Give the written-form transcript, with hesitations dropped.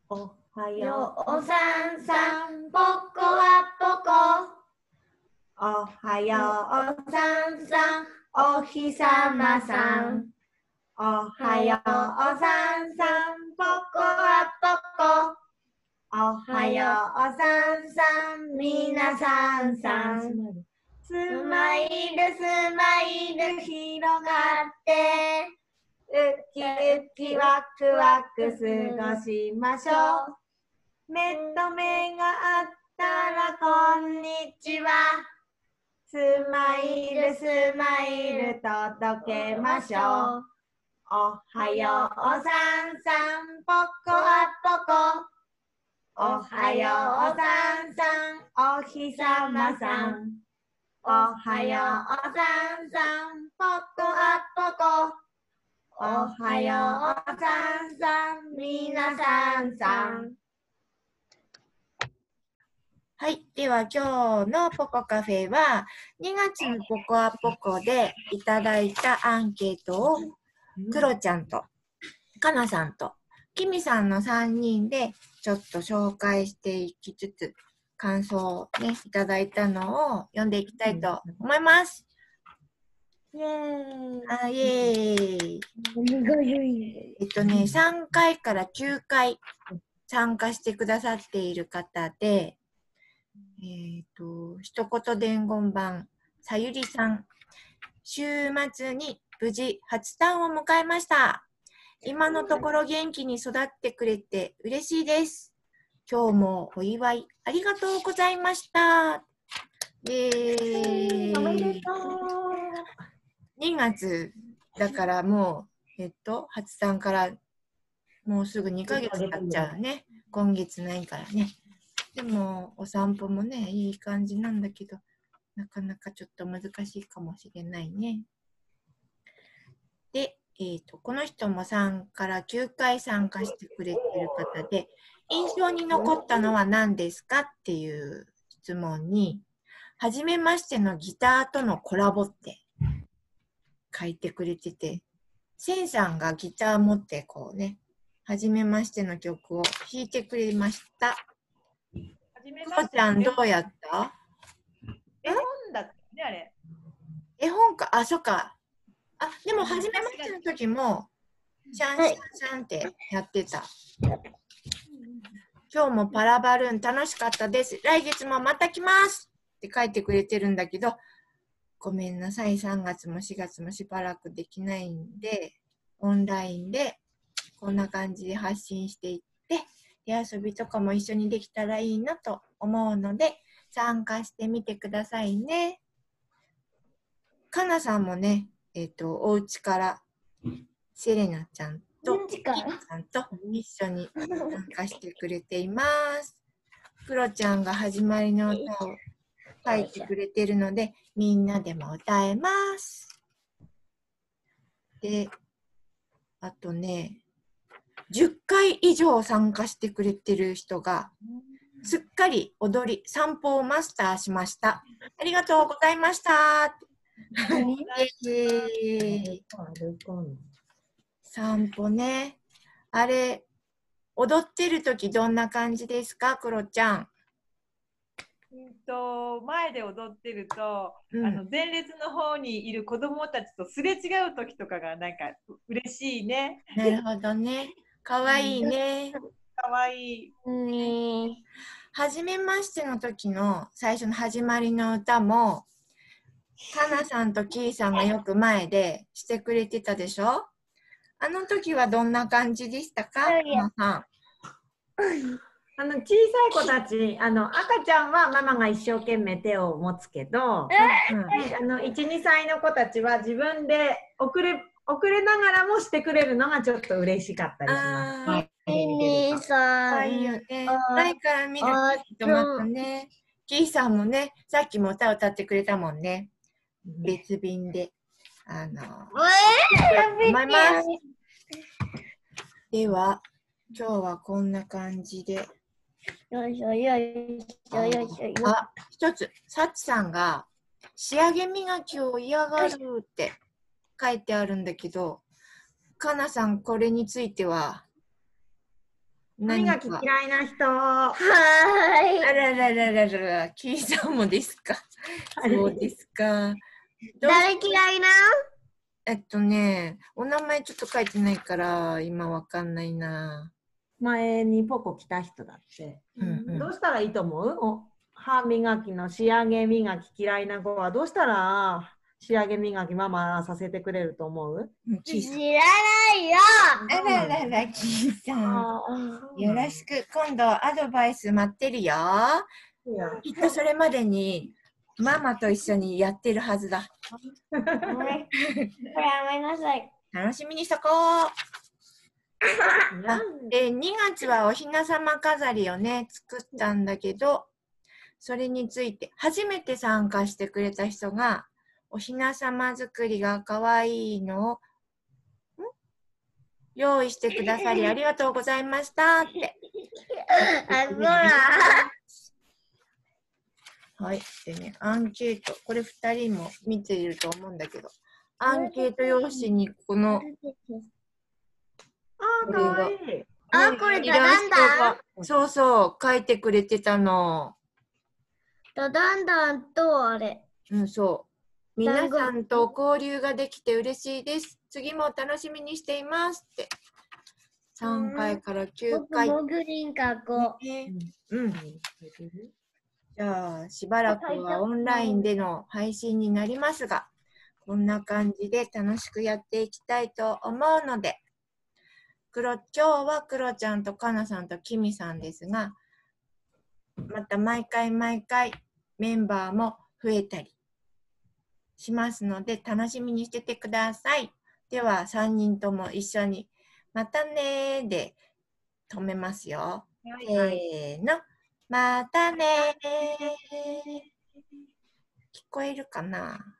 おはよようさんさんぽこはぽこ。 う。おはよおさんさんおひさまさん。 う。おはよう。 おさんさんぽこはぽこ。 おはよう。 さんさんみなさんさん。 ススマイマイルスマイルル広があってウキウキワクワク過ごしましょう。目と目があったらこんにちは。スマイルスマイル届けましょう。おはよう。 おさんさんぽこはぽこ。 おはよう。 おさんさんおひさまさん。おはよう。 おさんさんぽこはぽこ。 おはよう。 おさんさんみなさんさん。 はい。では今日のポコカフェは2月のポコアポコでいただいたアンケートをクロちゃんとかなさんとキミさんの3人でちょっと紹介していきつつ感想をねいただいたのを読んでいきたいと思います。 イエーイ。 あ、イエーイ。 何が良い 3回から9回参加してくださっている方で、一言伝言版、さゆりさん。週末に無事初誕を迎えました。今のところ元気に育ってくれて嬉しいです。今日もお祝いありがとうございました。イエーイ。 おめでとう。 2月だからもう、初誕からもうすぐ2ヶ月経っちゃうね。今月ないからね。でもお散歩もね、いい感じなんだけど、なかなかちょっと難しいかもしれないね。で、この人も3から9回参加してくれている方で、印象に残ったのは何ですかっていう質問に、はじめましてのギターとのコラボって書いてくれてて、センさんがギター持ってこうね、はじめましての曲を弾いてくれました。クロちゃんどうやった？ 絵本だったね、あれ。 絵本か、あ、そっか。あ、でも、はじめましての時も、シャンシャンシャンってやってた。今日もパラバルーン楽しかったです。来月もまた来ますって書いてくれてるんだけど、ごめんなさい、3月も4月もしばらくできないんで、オンラインでこんな感じで発信していって、手遊びとかも一緒にできたらいいなと思うので、参加してみてくださいね。かなさんもね、お家からセレナちゃんとキーさんと一緒に参加してくれています。クロちゃんが始まりの歌を書いてくれてるので、みんなでも歌えます。で、あとね、10回以上参加してくれてる人が、すっかり踊り、散歩をマスターしました。ありがとうございました。散歩ね。あれ、踊ってるときどんな感じですか、クロちゃん。 前で踊ってると、前列の方にいる子供たちとすれ違う時とかがなんか嬉しいね。 なるほどね。かわいいね。 かわいい。 はじめましての時の最初の始まりの歌も、かなさんときーさんがよく前でしてくれてたでしょ？あの時はどんな感じでしたか、かなさん。 小さい子たち、赤ちゃんはママが一生懸命手を持つけど、1、2歳の子たちは自分で遅れながらもしてくれるのがちょっと嬉しかったりします。 かいいよね。前から見るとまたね、キーさんもね、さっきも歌を歌ってくれたもんね。別便で。思います。では、今日はこんな感じで。あ、一つ、サチさんが仕上げ磨きを嫌がるって書いてあるんだけど、かなさんこれについては歯磨き嫌いな人。 はあらららららら、キーさんもですか。そうですか。 誰嫌いな？ お名前ちょっと書いてないから、今わかんないな。 前にポコ来た人だって。どうしたらいいと思う？歯磨きの仕上げ磨き嫌いな子はどうしたら仕上げ磨きママさせてくれると思う？ キーさん。 知らないよ。 あららら、キーさん。よろしく。今度アドバイス待ってるよ。きっとそれまでにママと一緒にやってるはずだ。 これやめなさい。 楽しみにしとこう。2月はおひなさま飾りをね、作ったんだけど、それについて初めて参加してくれた人が、おひなさま作りがかわいいのを用意してくださりありがとうございましたって。 あ、そら。 はい。でね、アンケート。これ2人も見ていると思うんだけど、アンケート用紙にこのあ、かわいい。 あ、これダダンダン。 そうそう、書いてくれてたの。 ダダンダンとあれ。 うん、そう。皆さんと交流ができて嬉しいです。次も楽しみにしていますって。3回から9回。 僕もグリーン書こう。 うん。じゃあ、しばらくはオンラインでの配信になりますが、こんな感じで楽しくやっていきたいと思うので、今日はクロちゃんとかなさんとキミさんですが、また毎回メンバーも増えたりしますので楽しみにしててください。では3人とも一緒にまたねーで止めますよ。せーの、またねー。聞こえるかな？